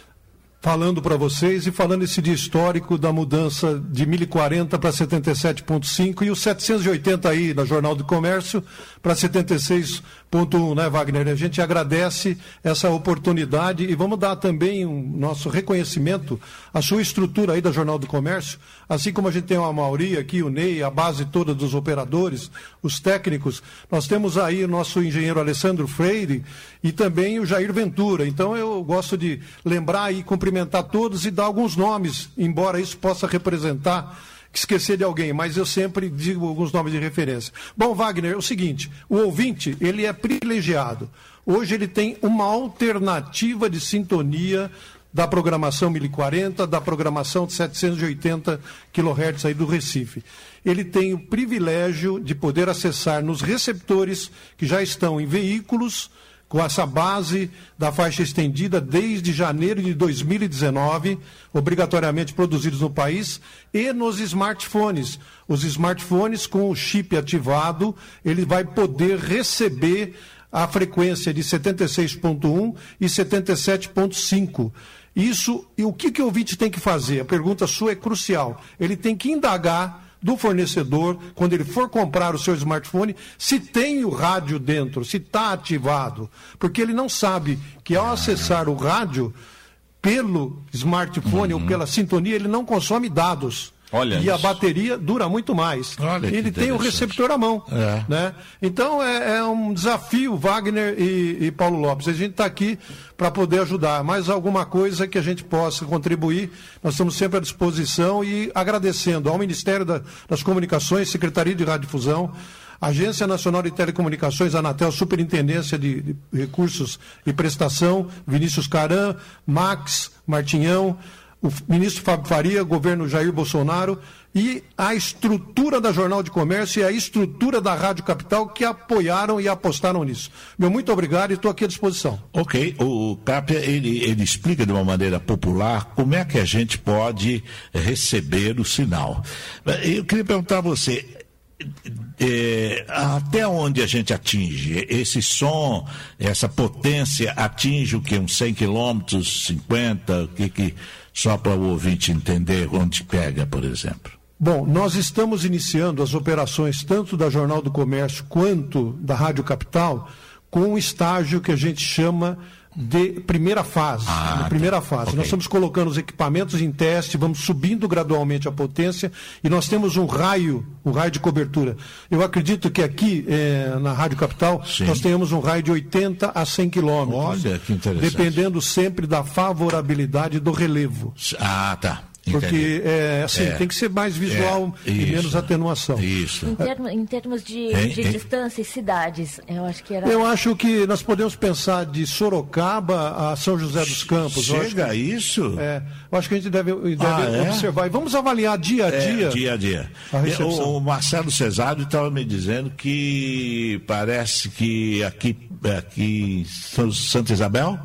falando para vocês e falando esse dia histórico da mudança de mil e quarenta para setenta e sete ponto cinco e o setecentos e oitenta aí da Jornal do Comércio para setenta e seis ponto um, né, Wagner? A gente agradece essa oportunidade e vamos dar também um nosso reconhecimento à sua estrutura aí da Jornal do Comércio, assim como a gente tem a Mauri aqui, o Ney, a base toda dos operadores, os técnicos, nós temos aí o nosso engenheiro Alessandro Freire e também o Jair Ventura. Então eu gosto de lembrar e cumprimentar todos e dar alguns nomes, embora isso possa representar esquecer de alguém, mas eu sempre digo alguns nomes de referência. Bom, Wagner, é o seguinte, o ouvinte, ele é privilegiado. Hoje ele tem uma alternativa de sintonia da programação mil e quarenta, da programação de setecentos e oitenta quilohertz aí do Recife. Ele tem o privilégio de poder acessar nos receptores que já estão em veículos, com essa base da faixa estendida desde janeiro de dois mil e dezenove, obrigatoriamente produzidos no país, e nos smartphones. Os smartphones com o chip ativado, ele vai poder receber a frequência de setenta e seis ponto um e setenta e sete ponto cinco. Isso, e o que, que o ouvinte tem que fazer? A pergunta sua é crucial. Ele tem que indagar do fornecedor, quando ele for comprar o seu smartphone, se tem o rádio dentro, se está ativado. Porque ele não sabe que ao acessar o rádio, pelo smartphone uhum. ou pela sintonia, ele não consome dados. Olha e isso. A bateria dura muito mais. Olha, ele tem o receptor à mão. É. Né? Então é, é um desafio, Wagner e, e Paulo Lopes. A gente está aqui para poder ajudar. Mais alguma coisa que a gente possa contribuir, nós estamos sempre à disposição e agradecendo ao Ministério da, das Comunicações, Secretaria de Radiodifusão, Agência Nacional de Telecomunicações, Anatel, Superintendência de, de Recursos e Prestação, Vinícius Caram, Max, Martinhão, o ministro Fábio Faria, governo Jair Bolsonaro e a estrutura da Jornal de Comércio e a estrutura da Rádio Capital que apoiaram e apostaram nisso. Meu muito obrigado e estou aqui à disposição. Ok, o Capia, ele, ele explica de uma maneira popular como é que a gente pode receber o sinal. Eu queria perguntar a você, é, até onde a gente atinge? Esse som, essa potência atinge o que? Uns cem quilômetros, cinquenta, o que que... Só para o ouvinte entender onde pega, por exemplo. Bom, nós estamos iniciando as operações tanto da Jornal do Comércio quanto da Rádio Capital com um estágio que a gente chama de primeira fase. Ah, de primeira tá. fase. Okay. Nós estamos colocando os equipamentos em teste, vamos subindo gradualmente a potência e nós temos um raio, um raio de cobertura. Eu acredito que aqui eh, na Rádio Capital Sim. nós tenhamos um raio de oitenta a cem quilômetros. Olha, que interessante. Dependendo sempre da favorabilidade do relevo. Ah, tá. Porque é, assim, é, tem que ser mais visual é, e isso, menos atenuação. Isso. Em, termo, em termos de, em, de em... distância e cidades, eu acho que era... Eu acho que nós podemos pensar de Sorocaba a São José dos Campos. Chega a isso? É, eu acho que a gente deve, deve ah, é? observar. E vamos avaliar dia a dia. É, dia a dia. A recepção. O, o Marcelo Cesário estava me dizendo que parece que aqui, aqui em Santa Isabel...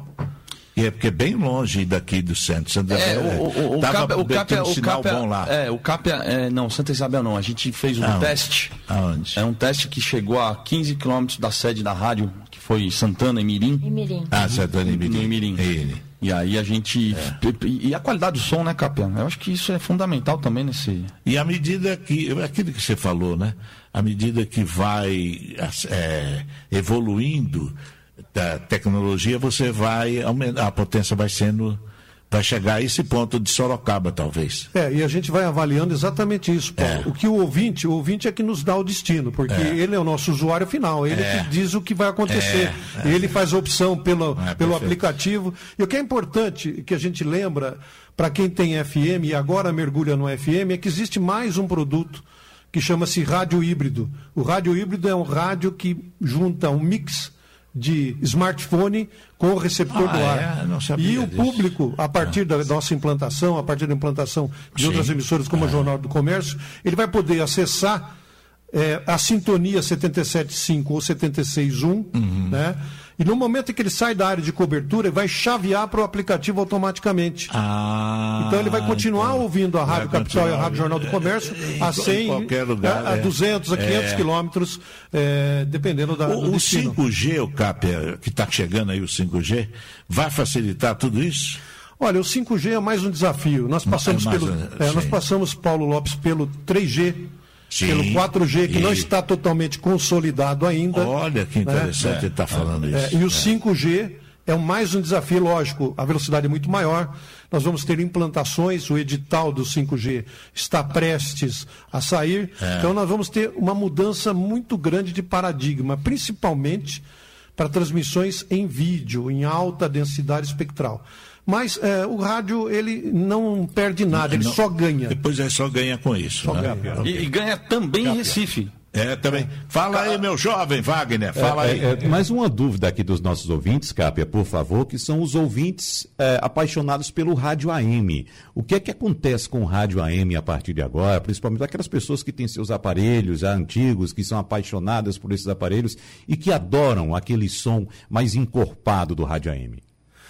É porque é bem longe daqui do centro. Santa é, o, o, o, Cap, o Cap é um sinal bom lá. É, o Cap é, não, Santa Isabel não. A gente fez um Aonde? teste. Aonde? É um teste que chegou a quinze quilômetros da sede da rádio, que foi Santana e Mirim. Em Mirim. Ah, Santana e Mirim. No Mirim. Ele. E aí a gente... É. E a qualidade do som, né, Capel? Eu acho que isso é fundamental também nesse... E à medida que... Aquilo que você falou, né? À medida que vai é, evoluindo... da tecnologia, você vai aumentar, a potência vai sendo, vai chegar a esse ponto de Sorocaba, talvez. É, e a gente vai avaliando exatamente isso, Paulo. É. O que o ouvinte, o ouvinte é que nos dá o destino, porque é. ele é o nosso usuário final, ele é. que diz o que vai acontecer. É. É. Ele faz a opção pelo, é, pelo aplicativo. E o que é importante, que a gente lembra, para quem tem F M e agora mergulha no F M, é que existe mais um produto que chama-se rádio híbrido. O rádio híbrido é um rádio que junta um mix de smartphone com o receptor ah, do ar. É? Não sabia e o disso. público, a partir ah. da nossa implantação, a partir da implantação de Sim. outras emissoras como ah. a Jornal do Comércio, ele vai poder acessar é, a sintonia setenta e sete ponto cinco ou setenta e seis ponto um, uhum. né? E no momento em que ele sai da área de cobertura, ele vai chavear para o aplicativo automaticamente. Ah, então ele vai continuar então, ouvindo a Rádio Capital e a Rádio Jornal do Comércio é, a cem, qualquer lugar, a, a duzentos, a quinhentos é. quilômetros, é, dependendo da o, do o cinco G, o Cap, que está chegando aí o cinco G, vai facilitar tudo isso? Olha, o cinco G é mais um desafio. Nós passamos, é pelo, é, nós passamos, Paulo Lopes, pelo três G. Sim, pelo quatro G, que e... não está totalmente consolidado ainda. Olha que interessante né? ele estar tá falando é, isso. É, e o cinco G é mais um desafio, lógico, a velocidade é muito maior. Nós vamos ter implantações, o edital do cinco G está prestes a sair. É. Então nós vamos ter uma mudança muito grande de paradigma, principalmente para transmissões em vídeo, em alta densidade espectral. Mas é, o rádio, ele não perde nada, ele não, só ganha. Depois é só ganha com isso. Só né? ganha. E, e ganha também em Recife. É, também. Fala aí, meu jovem Wagner, fala é, aí. É, é, mais uma dúvida aqui dos nossos ouvintes, Cápia, por favor, que são os ouvintes é, apaixonados pelo rádio A M. O que é que acontece com o rádio A M a partir de agora, principalmente aquelas pessoas que têm seus aparelhos já antigos, que são apaixonadas por esses aparelhos e que adoram aquele som mais encorpado do rádio A M?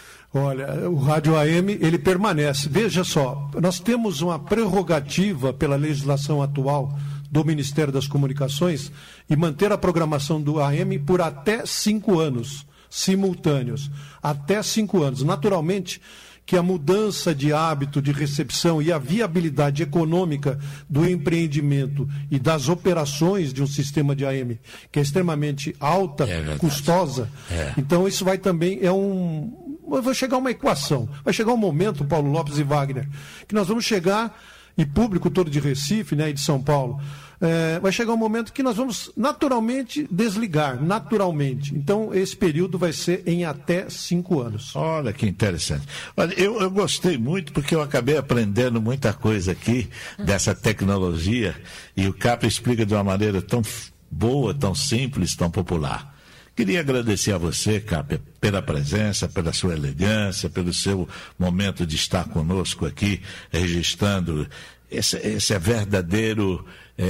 Olha, o rádio A M, ele permanece. Veja só, nós temos uma prerrogativa pela legislação atual do Ministério das Comunicações e manter a programação do A M por até cinco anos, simultâneos. Até cinco anos. Naturalmente que a mudança de hábito de recepção e a viabilidade econômica do empreendimento e das operações de um sistema de A M, que é extremamente alta, é custosa, é. Então isso vai também, é um... Vai chegar uma equação, vai chegar um momento, Paulo Lopes e Wagner, que nós vamos chegar, e público todo de Recife, né, e de São Paulo, é, vai chegar um momento que nós vamos naturalmente desligar, naturalmente. Então, esse período vai ser em até cinco anos. Olha que interessante. Olha, eu, eu gostei muito porque eu acabei aprendendo muita coisa aqui dessa tecnologia e o Cap explica de uma maneira tão boa, tão simples, tão popular. Queria agradecer a você, Cap, pela presença, pela sua elegância, pelo seu momento de estar conosco aqui, registrando esse, esse é verdadeiro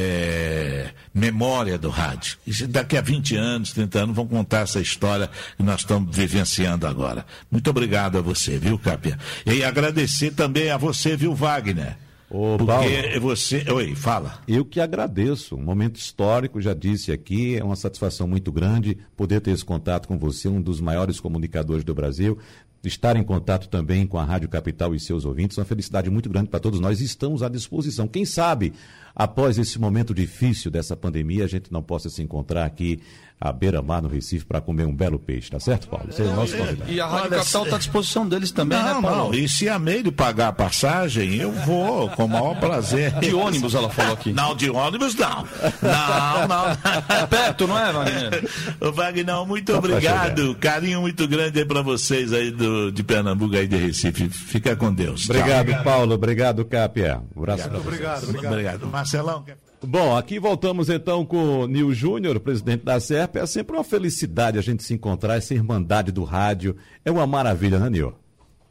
é, memória do rádio. E daqui a vinte anos, trinta anos, vão contar essa história que nós estamos vivenciando agora. Muito obrigado a você, viu, Cap? E agradecer também a você, viu, Wagner? Ô, Porque Paulo, você... Oi, fala. Eu que agradeço, um momento histórico, já disse aqui, é uma satisfação muito grande poder ter esse contato com você, um dos maiores comunicadores do Brasil, estar em contato também com a Rádio Capital e seus ouvintes, uma felicidade muito grande para todos nós e estamos à disposição. Quem sabe, após esse momento difícil dessa pandemia, a gente não possa se encontrar aqui à beira-mar no Recife para comer um belo peixe, tá certo, Paulo? Você é o nosso convidado. E a Rádio Capital está à disposição deles também, não, né, Paulo? Não, e se a Meire pagar a passagem, eu vou, com o maior prazer. De ônibus, ela falou aqui. Não, de ônibus não. Não, não. É perto, não é, Wagner? Ô, Wagner, muito obrigado. Carinho muito grande aí para vocês aí do, de Pernambuco, aí de Recife. Fica com Deus. Obrigado, Tchau. Paulo. Obrigado, Capia. Um abraço. Obrigado, obrigado, obrigado. Obrigado. Marcelão, quer... Bom, aqui voltamos então com o Nil Júnior, presidente da SERP. É sempre uma felicidade a gente se encontrar, essa irmandade do rádio. É uma maravilha, né, Nil?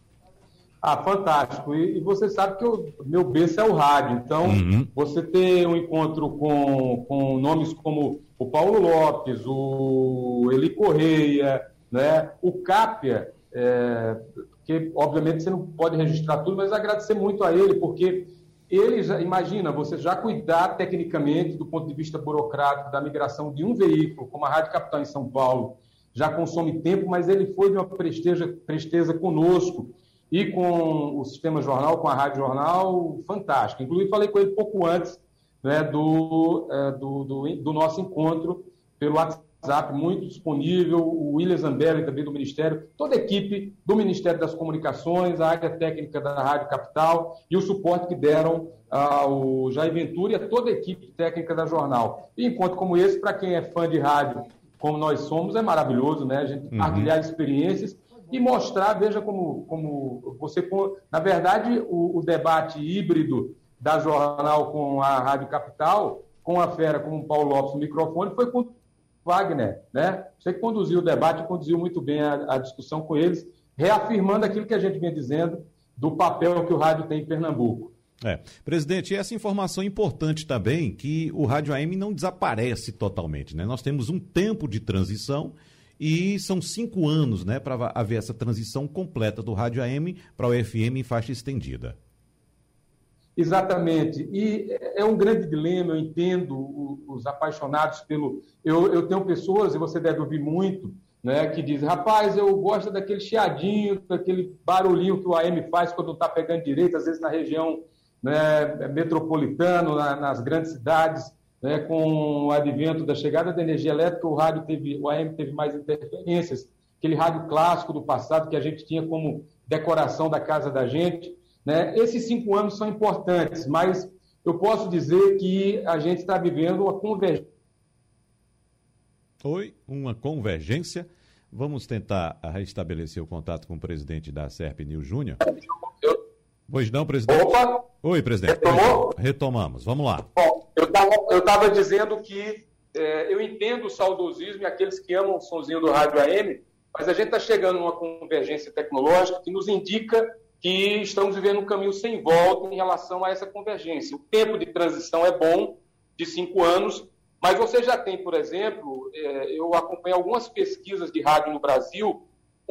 Ah, fantástico. E, e você sabe que o meu berço é o rádio. Então, uhum. você ter um encontro com, com nomes como o Paulo Lopes, o Eli Correia, né, o Capia, é, que obviamente você não pode registrar tudo, mas agradecer muito a ele, porque... Ele, já, imagina, você já cuidar tecnicamente do ponto de vista burocrático da migração de um veículo, como a Rádio Capital em São Paulo, já consome tempo, mas ele foi de uma presteza, presteza conosco e com o Sistema Jornal, com a Rádio Jornal, fantástico. Inclusive, falei com ele pouco antes, né, do, é, do, do, do nosso encontro pelo WhatsApp, muito disponível, o William Zambelli também do Ministério, toda a equipe do Ministério das Comunicações, a área técnica da Rádio Capital e o suporte que deram ao Jair Ventura e a toda a equipe técnica da Jornal. E encontro como esse, para quem é fã de rádio, como nós somos, é maravilhoso, né? A gente uhum. partilhar experiências e mostrar, veja como, como você... Na verdade, o, o debate híbrido da Jornal com a Rádio Capital, com a fera como o Paulo Lopes no microfone, foi com Wagner, né? Você que conduziu o debate, conduziu muito bem a, a discussão com eles, reafirmando aquilo que a gente vinha dizendo do papel que o rádio tem em Pernambuco. É. Presidente, e essa informação importante também, que o rádio A M não desaparece totalmente, né? Nós temos um tempo de transição e são cinco anos, né, para haver essa transição completa do rádio A M para o F M em faixa estendida. Exatamente, e é um grande dilema, eu entendo os apaixonados pelo... Eu, eu tenho pessoas, e você deve ouvir muito, né, que dizem, rapaz, eu gosto daquele chiadinho, daquele barulhinho que o A M faz quando está pegando direito, às vezes na região, né, metropolitana, na, nas grandes cidades, né, com o advento da chegada da energia elétrica, o rádio teve, o A M teve mais interferências, aquele rádio clássico do passado que a gente tinha como decoração da casa da gente. Né? Esses cinco anos são importantes, mas eu posso dizer que a gente está vivendo uma convergência. Oi, uma convergência. Vamos tentar restabelecer o contato com o presidente da SERP, Nil Júnior. Eu... Pois não, presidente? Opa! Oi, presidente. Retomou? Retomamos, vamos lá. Bom, eu estava dizendo que é, eu entendo o saudosismo e aqueles que amam o sonzinho do rádio A M, mas a gente está chegando numa convergência tecnológica que nos indica que estamos vivendo um caminho sem volta em relação a essa convergência. O tempo de transição é bom, de cinco anos, mas você já tem, por exemplo, é, eu acompanho algumas pesquisas de rádio no Brasil,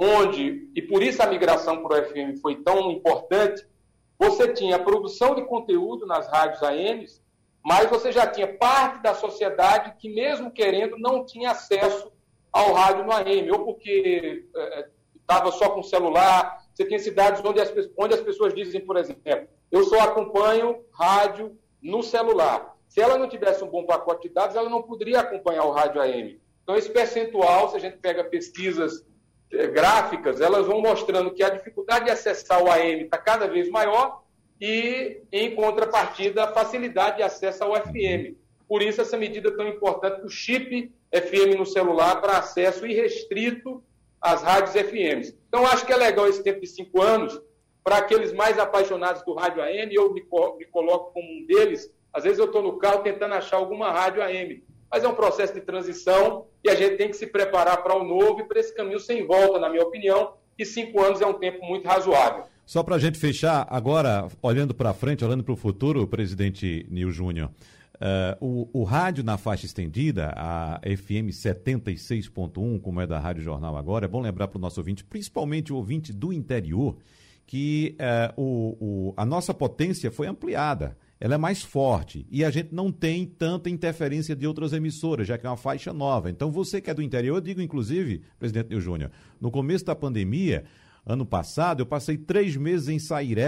onde, e por isso a migração para o F M foi tão importante, você tinha a produção de conteúdo nas rádios A Ms, mas você já tinha parte da sociedade que, mesmo querendo, não tinha acesso ao rádio no A M, ou porque estava é, só com celular. Você tem cidades onde as, onde as pessoas dizem, por exemplo, eu só acompanho rádio no celular. Se ela não tivesse um bom pacote de dados, ela não poderia acompanhar o rádio A M. Então, esse percentual, se a gente pega pesquisas eh, gráficas, elas vão mostrando que a dificuldade de acessar o A M está cada vez maior e, em contrapartida, a facilidade de acesso ao F M. Por isso, essa medida tão importante do chip F M no celular para acesso irrestrito às rádios F Ms. Então, acho que é legal esse tempo de cinco anos para aqueles mais apaixonados do rádio A M, eu me, me coloco como um deles. Às vezes eu estou no carro tentando achar alguma rádio A M, mas é um processo de transição e a gente tem que se preparar para o novo e para esse caminho sem volta, na minha opinião, e cinco anos é um tempo muito razoável. Só para a gente fechar, agora, olhando para frente, olhando para o futuro, presidente Nil Júnior, uh, o, o rádio na faixa estendida, a F M setenta e seis ponto um, como é da Rádio Jornal agora, é bom lembrar para o nosso ouvinte, principalmente o ouvinte do interior, que uh, o, o, a nossa potência foi ampliada. Ela é mais forte e a gente não tem tanta interferência de outras emissoras, já que é uma faixa nova. Então, você que é do interior, eu digo, inclusive, presidente Nil Júnior, no começo da pandemia, ano passado, eu passei três meses em Sairé,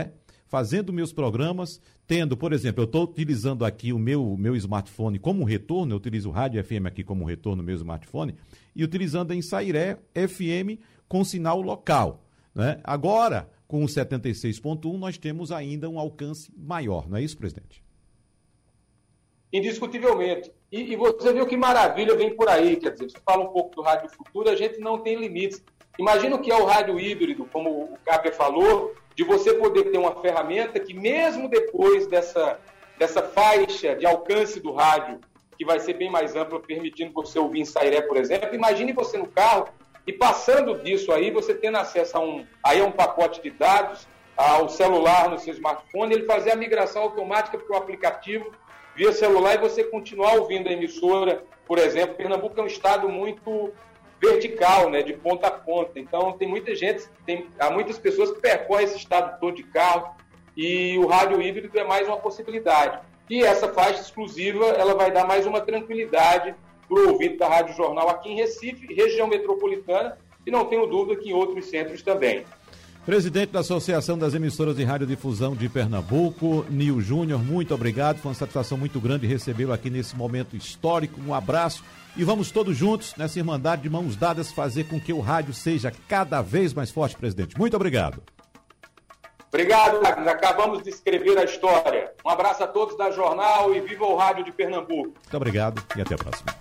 fazendo meus programas, tendo, por exemplo, eu estou utilizando aqui o meu, meu smartphone como retorno, eu utilizo o rádio F M aqui como retorno no meu smartphone, e utilizando em Sairé F M com sinal local, né? Agora, com o setenta e seis ponto um, nós temos ainda um alcance maior, não é isso, presidente? Indiscutivelmente. E, e você viu que maravilha vem por aí, quer dizer, você fala um pouco do Rádio Futuro, a gente não tem limites. Imagina o que é o rádio híbrido, como o Capia falou, de você poder ter uma ferramenta que mesmo depois dessa, dessa faixa de alcance do rádio, que vai ser bem mais ampla, permitindo você ouvir em Sairé, por exemplo, imagine você no carro e passando disso aí, você tendo acesso a um, aí a um pacote de dados, ao celular no seu smartphone, ele fazer a migração automática para o aplicativo via celular e você continuar ouvindo a emissora, por exemplo. Pernambuco é um estado muito vertical, né, de ponta a ponta. Então, tem muita gente, tem, há muitas pessoas que percorrem esse estado todo de carro e o rádio híbrido é mais uma possibilidade. E essa faixa exclusiva, ela vai dar mais uma tranquilidade para o ouvinte da Rádio Jornal aqui em Recife, região metropolitana, e não tenho dúvida que em outros centros também. Presidente da Associação das Emissoras de Radiodifusão de Pernambuco, Nil Júnior, muito obrigado. Foi uma satisfação muito grande recebê-lo aqui nesse momento histórico. Um abraço e vamos todos juntos nessa irmandade de mãos dadas fazer com que o rádio seja cada vez mais forte, presidente. Muito obrigado. Obrigado, Wagner. Acabamos de escrever a história. Um abraço a todos da Jornal e viva o rádio de Pernambuco. Muito obrigado e até a próxima.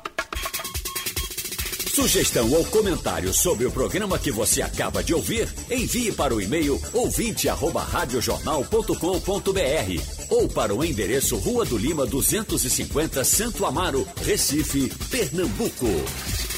Sugestão ou comentário sobre o programa que você acaba de ouvir, envie para o e-mail ouvinte arroba radiojornal ponto com ponto br ou para o endereço Rua do Lima duzentos e cinquenta, Santo Amaro, Recife, Pernambuco.